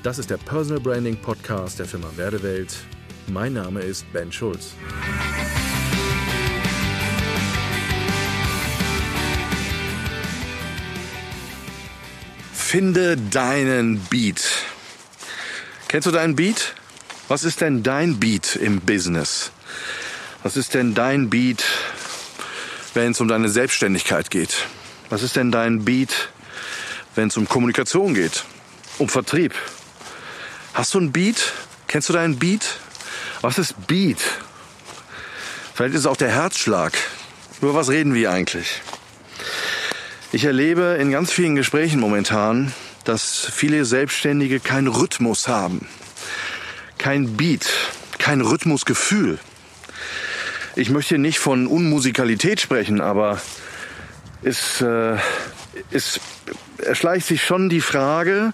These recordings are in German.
Das ist der Personal Branding Podcast der Firma Werdewelt. Mein Name ist Ben Schulz. Finde deinen Beat. Kennst du deinen Beat? Was ist denn dein Beat im Business? Was ist denn dein Beat, wenn es um deine Selbstständigkeit geht? Was ist denn dein Beat, wenn es um Kommunikation geht? Um Vertrieb? Hast du einen Beat? Kennst du deinen Beat? Was ist Beat? Vielleicht ist es auch der Herzschlag. Über was reden wir eigentlich? Ich erlebe in ganz vielen Gesprächen momentan, dass viele Selbstständige keinen Rhythmus haben. Kein Beat, kein Rhythmusgefühl. Ich möchte nicht von Unmusikalität sprechen, aber es erschleicht sich schon die Frage,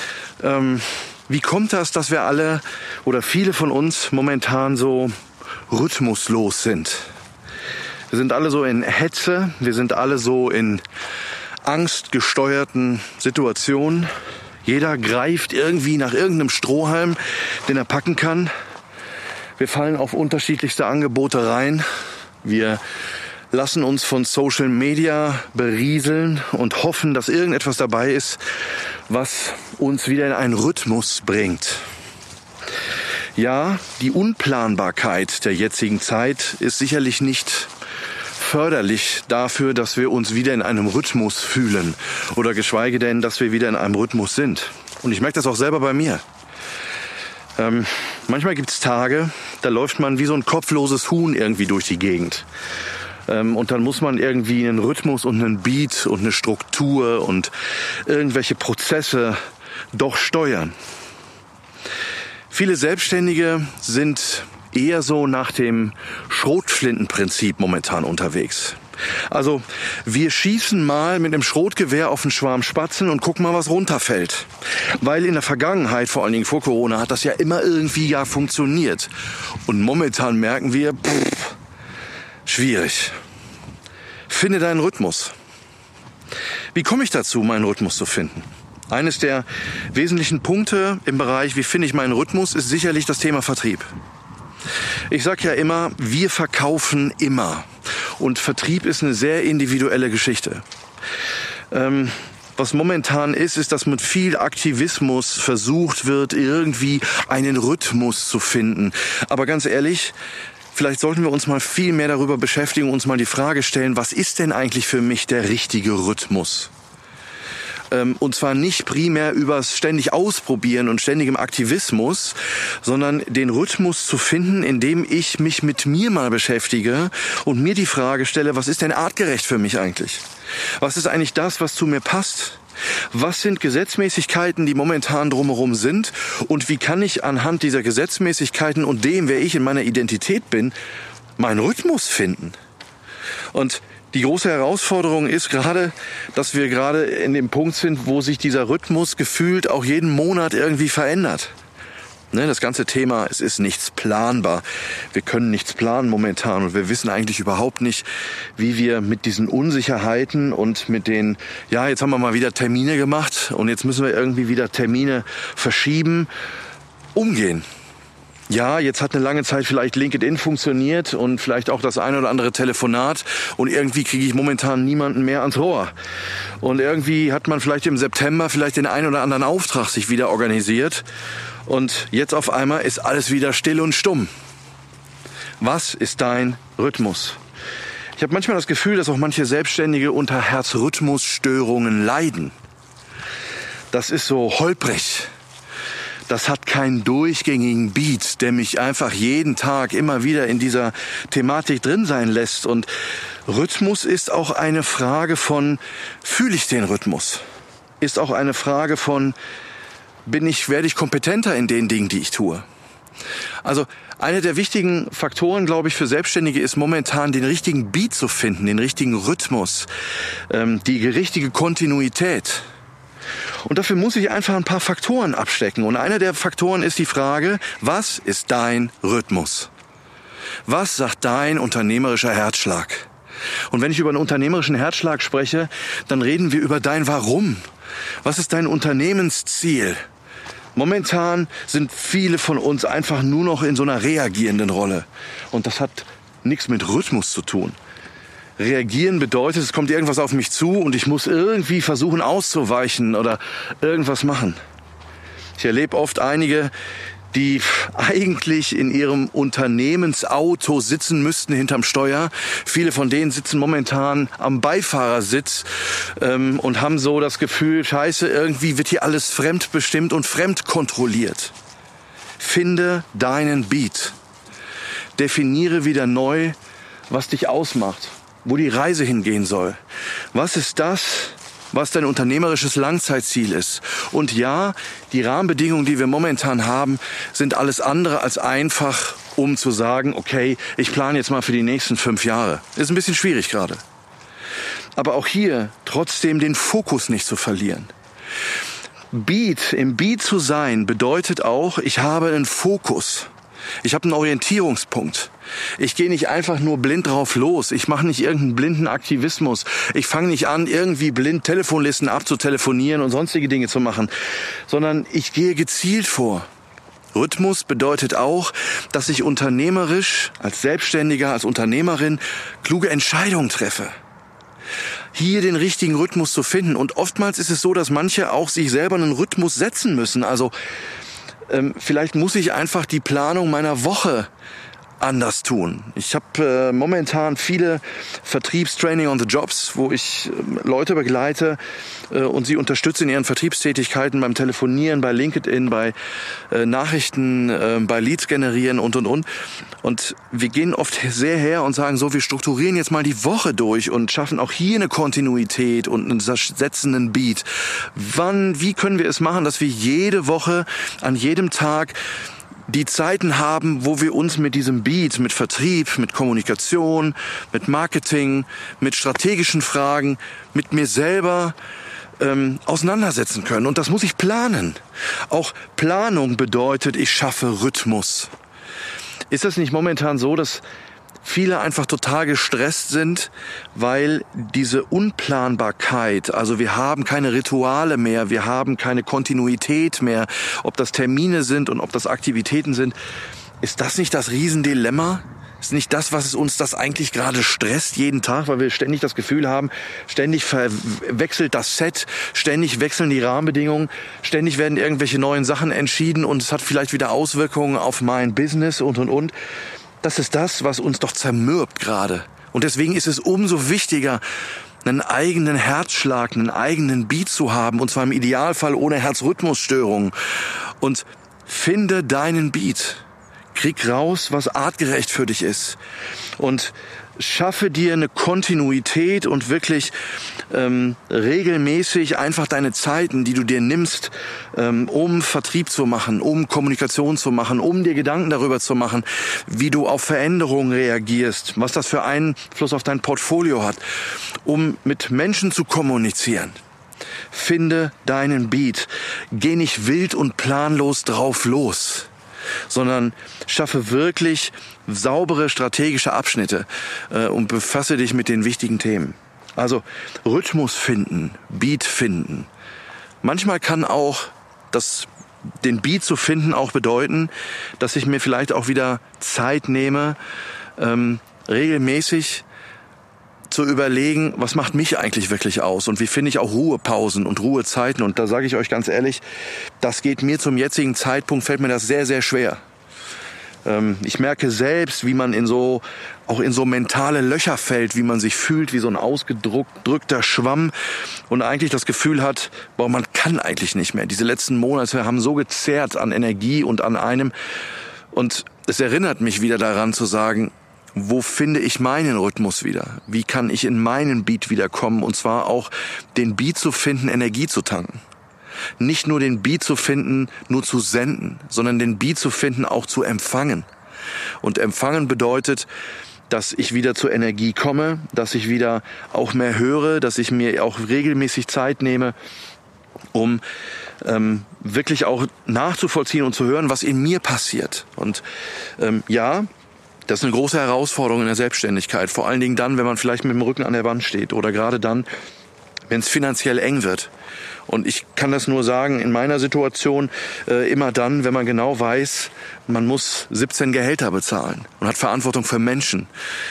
wie kommt das, dass wir alle oder viele von uns momentan so rhythmuslos sind? Wir sind alle so in Hetze, wir sind alle so in angstgesteuerten Situationen. Jeder greift irgendwie nach irgendeinem Strohhalm, den er packen kann. Wir fallen auf unterschiedlichste Angebote rein. Wir lassen uns von Social Media berieseln und hoffen, dass irgendetwas dabei ist, was uns wieder in einen Rhythmus bringt. Ja, die Unplanbarkeit der jetzigen Zeit ist sicherlich nicht förderlich dafür, dass wir uns wieder in einem Rhythmus fühlen oder geschweige denn, dass wir wieder in einem Rhythmus sind. Und ich merke das auch selber bei mir. Manchmal gibt es Tage, da läuft man wie so ein kopfloses Huhn irgendwie durch die Gegend. Und dann muss man irgendwie einen Rhythmus und einen Beat und eine Struktur und irgendwelche Prozesse doch steuern. Viele Selbstständige sind eher so nach dem Schrotflintenprinzip momentan unterwegs. Also wir schießen mal mit einem Schrotgewehr auf einen Schwarm Spatzen und gucken mal, was runterfällt. Weil in der Vergangenheit, vor allen Dingen vor Corona, hat das ja immer irgendwie funktioniert. Und momentan merken wir, schwierig. Finde deinen Rhythmus. Wie komme ich dazu, meinen Rhythmus zu finden? Eines der wesentlichen Punkte im Bereich, wie finde ich meinen Rhythmus, ist sicherlich das Thema Vertrieb. Ich sage ja immer, wir verkaufen immer. Und Vertrieb ist eine sehr individuelle Geschichte. Was momentan ist, dass mit viel Aktivismus versucht wird, irgendwie einen Rhythmus zu finden. Aber ganz ehrlich, vielleicht sollten wir uns mal viel mehr darüber beschäftigen und uns mal die Frage stellen, was ist denn eigentlich für mich der richtige Rhythmus? Und zwar nicht primär übers ständig Ausprobieren und ständigem Aktivismus, sondern den Rhythmus zu finden, indem ich mich mit mir mal beschäftige und mir die Frage stelle, was ist denn artgerecht für mich eigentlich? Was ist eigentlich das, was zu mir passt? Was sind Gesetzmäßigkeiten, die momentan drumherum sind? Und wie kann ich anhand dieser Gesetzmäßigkeiten und dem, wer ich in meiner Identität bin, meinen Rhythmus finden? Und die große Herausforderung ist gerade, dass wir gerade in dem Punkt sind, wo sich dieser Rhythmus gefühlt auch jeden Monat irgendwie verändert. Das ganze Thema, es ist nichts planbar. Wir können nichts planen momentan und wir wissen eigentlich überhaupt nicht, wie wir mit diesen Unsicherheiten und mit den, jetzt haben wir mal wieder Termine gemacht und jetzt müssen wir irgendwie wieder Termine verschieben, umgehen. Ja, jetzt hat eine lange Zeit vielleicht LinkedIn funktioniert und vielleicht auch das ein oder andere Telefonat und irgendwie kriege ich momentan niemanden mehr ans Rohr. Und irgendwie hat man vielleicht im September vielleicht den einen oder anderen Auftrag sich wieder organisiert und jetzt auf einmal ist alles wieder still und stumm. Was ist dein Rhythmus? Ich habe manchmal das Gefühl, dass auch manche Selbstständige unter Herzrhythmusstörungen leiden. Das ist so holprig. Das hat keinen durchgängigen Beat, der mich einfach jeden Tag immer wieder in dieser Thematik drin sein lässt. Und Rhythmus ist auch eine Frage von, fühle ich den Rhythmus? Ist auch eine Frage von, werde ich kompetenter in den Dingen, die ich tue? Also einer der wichtigen Faktoren, glaube ich, für Selbstständige ist momentan den richtigen Beat zu finden, den richtigen Rhythmus, die richtige Kontinuität. Und dafür muss ich einfach ein paar Faktoren abstecken. Und einer der Faktoren ist die Frage, was ist dein Rhythmus? Was sagt dein unternehmerischer Herzschlag? Und wenn ich über einen unternehmerischen Herzschlag spreche, dann reden wir über dein Warum. Was ist dein Unternehmensziel? Momentan sind viele von uns einfach nur noch in so einer reagierenden Rolle. Und das hat nichts mit Rhythmus zu tun. Reagieren bedeutet, es kommt irgendwas auf mich zu und ich muss irgendwie versuchen auszuweichen oder irgendwas machen. Ich erlebe oft einige, die eigentlich in ihrem Unternehmensauto sitzen müssten hinterm Steuer. Viele von denen sitzen momentan am Beifahrersitz und haben so das Gefühl, scheiße, irgendwie wird hier alles fremdbestimmt und fremdkontrolliert. Finde deinen Beat. Definiere wieder neu, was dich ausmacht, wo die Reise hingehen soll. Was ist das, was dein unternehmerisches Langzeitziel ist? Und ja, die Rahmenbedingungen, die wir momentan haben, sind alles andere als einfach, um zu sagen, okay, ich plane jetzt mal für die nächsten 5 Jahre. Ist ein bisschen schwierig gerade. Aber auch hier trotzdem den Fokus nicht zu verlieren. Im Beat zu sein bedeutet auch, ich habe einen Fokus. Ich habe einen Orientierungspunkt. Ich gehe nicht einfach nur blind drauf los. Ich mache nicht irgendeinen blinden Aktivismus. Ich fange nicht an, irgendwie blind Telefonlisten abzutelefonieren und sonstige Dinge zu machen, sondern ich gehe gezielt vor. Rhythmus bedeutet auch, dass ich unternehmerisch, als Selbstständiger, als Unternehmerin kluge Entscheidungen treffe. Hier den richtigen Rhythmus zu finden. Und oftmals ist es so, dass manche auch sich selber einen Rhythmus setzen müssen. Also vielleicht muss ich einfach die Planung meiner Woche anders tun. Ich habe momentan viele Vertriebstraining on the Jobs, wo ich Leute begleite und sie unterstütze in ihren Vertriebstätigkeiten beim Telefonieren, bei LinkedIn, bei Nachrichten, bei Leads generieren und. Und wir gehen oft sehr her und sagen so, wir strukturieren jetzt mal die Woche durch und schaffen auch hier eine Kontinuität und einen setzenden Beat. Wie können wir es machen, dass wir jede Woche, an jedem Tag die Zeiten haben, wo wir uns mit diesem Beat, mit Vertrieb, mit Kommunikation, mit Marketing, mit strategischen Fragen, mit mir selber auseinandersetzen können. Und das muss ich planen. Auch Planung bedeutet, ich schaffe Rhythmus. Ist es nicht momentan so, dass viele einfach total gestresst sind, weil diese Unplanbarkeit, also wir haben keine Rituale mehr, wir haben keine Kontinuität mehr, ob das Termine sind und ob das Aktivitäten sind. Ist das nicht das Riesendilemma? Ist nicht das, was uns das eigentlich gerade stresst jeden Tag, weil wir ständig das Gefühl haben, ständig wechselt das Set, ständig wechseln die Rahmenbedingungen, ständig werden irgendwelche neuen Sachen entschieden und es hat vielleicht wieder Auswirkungen auf mein Business und. Das ist das, was uns doch zermürbt gerade. Und deswegen ist es umso wichtiger, einen eigenen Herzschlag, einen eigenen Beat zu haben, und zwar im Idealfall ohne Herzrhythmusstörungen. Und finde deinen Beat. Krieg raus, was artgerecht für dich ist. Und schaffe dir eine Kontinuität und wirklich regelmäßig einfach deine Zeiten, die du dir nimmst, um Vertrieb zu machen, um Kommunikation zu machen, um dir Gedanken darüber zu machen, wie du auf Veränderungen reagierst, was das für Einfluss auf dein Portfolio hat, um mit Menschen zu kommunizieren. Finde deinen Beat. Geh nicht wild und planlos drauf los, sondern schaffe wirklich saubere strategische Abschnitte und befasse dich mit den wichtigen Themen. Also Rhythmus finden, Beat finden. Manchmal kann auch den Beat zu finden auch bedeuten, dass ich mir vielleicht auch wieder Zeit nehme, regelmäßig zu überlegen, was macht mich eigentlich wirklich aus und wie finde ich auch Ruhepausen und Ruhezeiten. Und da sage ich euch ganz ehrlich, das geht mir zum jetzigen Zeitpunkt, fällt mir das sehr, sehr schwer. Ich merke selbst, wie man auch in so mentale Löcher fällt, wie man sich fühlt, wie so ein ausgedrückter Schwamm und eigentlich das Gefühl hat, man kann eigentlich nicht mehr. Diese letzten Monate haben so gezerrt an Energie und an einem. Und es erinnert mich wieder daran zu sagen, wo finde ich meinen Rhythmus wieder? Wie kann ich in meinen Beat wiederkommen? Und zwar auch den Beat zu finden, Energie zu tanken. Nicht nur den Beat zu finden, nur zu senden, sondern den Beat zu finden, auch zu empfangen. Und empfangen bedeutet, dass ich wieder zur Energie komme, dass ich wieder auch mehr höre, dass ich mir auch regelmäßig Zeit nehme, um wirklich auch nachzuvollziehen und zu hören, was in mir passiert. Und das ist eine große Herausforderung in der Selbstständigkeit. Vor allen Dingen dann, wenn man vielleicht mit dem Rücken an der Wand steht oder gerade dann, wenn es finanziell eng wird. Und ich kann das nur sagen, in meiner Situation immer dann, wenn man genau weiß, man muss 17 Gehälter bezahlen und hat Verantwortung für Menschen.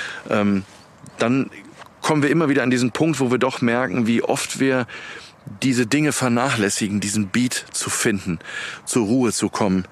Dann kommen wir immer wieder an diesen Punkt, wo wir doch merken, wie oft wir diese Dinge vernachlässigen, diesen Beat zu finden, zur Ruhe zu kommen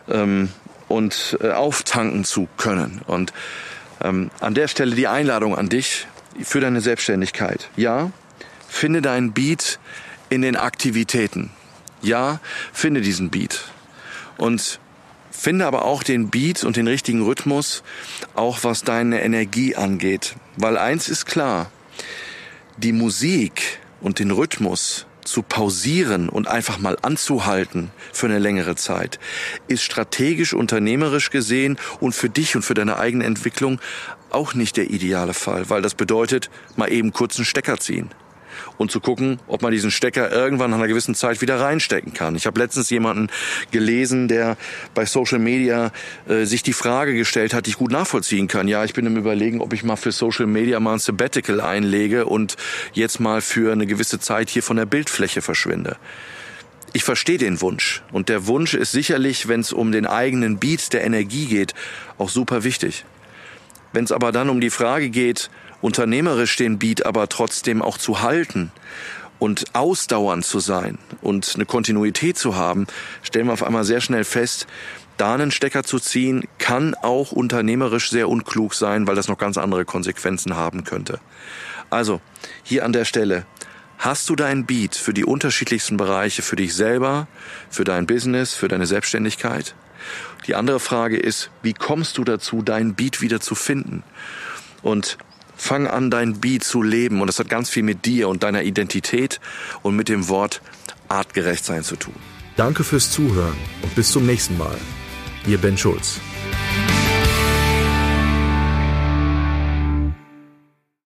und auftanken zu können. Und an der Stelle die Einladung an dich für deine Selbstständigkeit. Ja, finde deinen Beat in den Aktivitäten. Ja, finde diesen Beat. Und finde aber auch den Beat und den richtigen Rhythmus, auch was deine Energie angeht. Weil eins ist klar, die Musik und den Rhythmus zu pausieren und einfach mal anzuhalten für eine längere Zeit, ist strategisch, unternehmerisch gesehen und für dich und für deine eigene Entwicklung auch nicht der ideale Fall, weil das bedeutet, mal eben kurz einen Stecker ziehen und zu gucken, ob man diesen Stecker irgendwann nach einer gewissen Zeit wieder reinstecken kann. Ich habe letztens jemanden gelesen, der bei Social Media sich die Frage gestellt hat, die ich gut nachvollziehen kann. Ja, ich bin im Überlegen, ob ich mal für Social Media mal ein Sabbatical einlege und jetzt mal für eine gewisse Zeit hier von der Bildfläche verschwinde. Ich verstehe den Wunsch. Und der Wunsch ist sicherlich, wenn es um den eigenen Beat der Energie geht, auch super wichtig. Wenn es aber dann um die Frage geht, unternehmerisch den Beat aber trotzdem auch zu halten und ausdauernd zu sein und eine Kontinuität zu haben, stellen wir auf einmal sehr schnell fest, da einen Stecker zu ziehen, kann auch unternehmerisch sehr unklug sein, weil das noch ganz andere Konsequenzen haben könnte. Also, hier an der Stelle, hast du deinen Beat für die unterschiedlichsten Bereiche, für dich selber, für dein Business, für deine Selbstständigkeit? Die andere Frage ist, wie kommst du dazu, deinen Beat wieder zu finden? Und fang an, dein Beat zu leben. Und das hat ganz viel mit dir und deiner Identität und mit dem Wort artgerecht sein zu tun. Danke fürs Zuhören und bis zum nächsten Mal. Ihr Ben Schulz.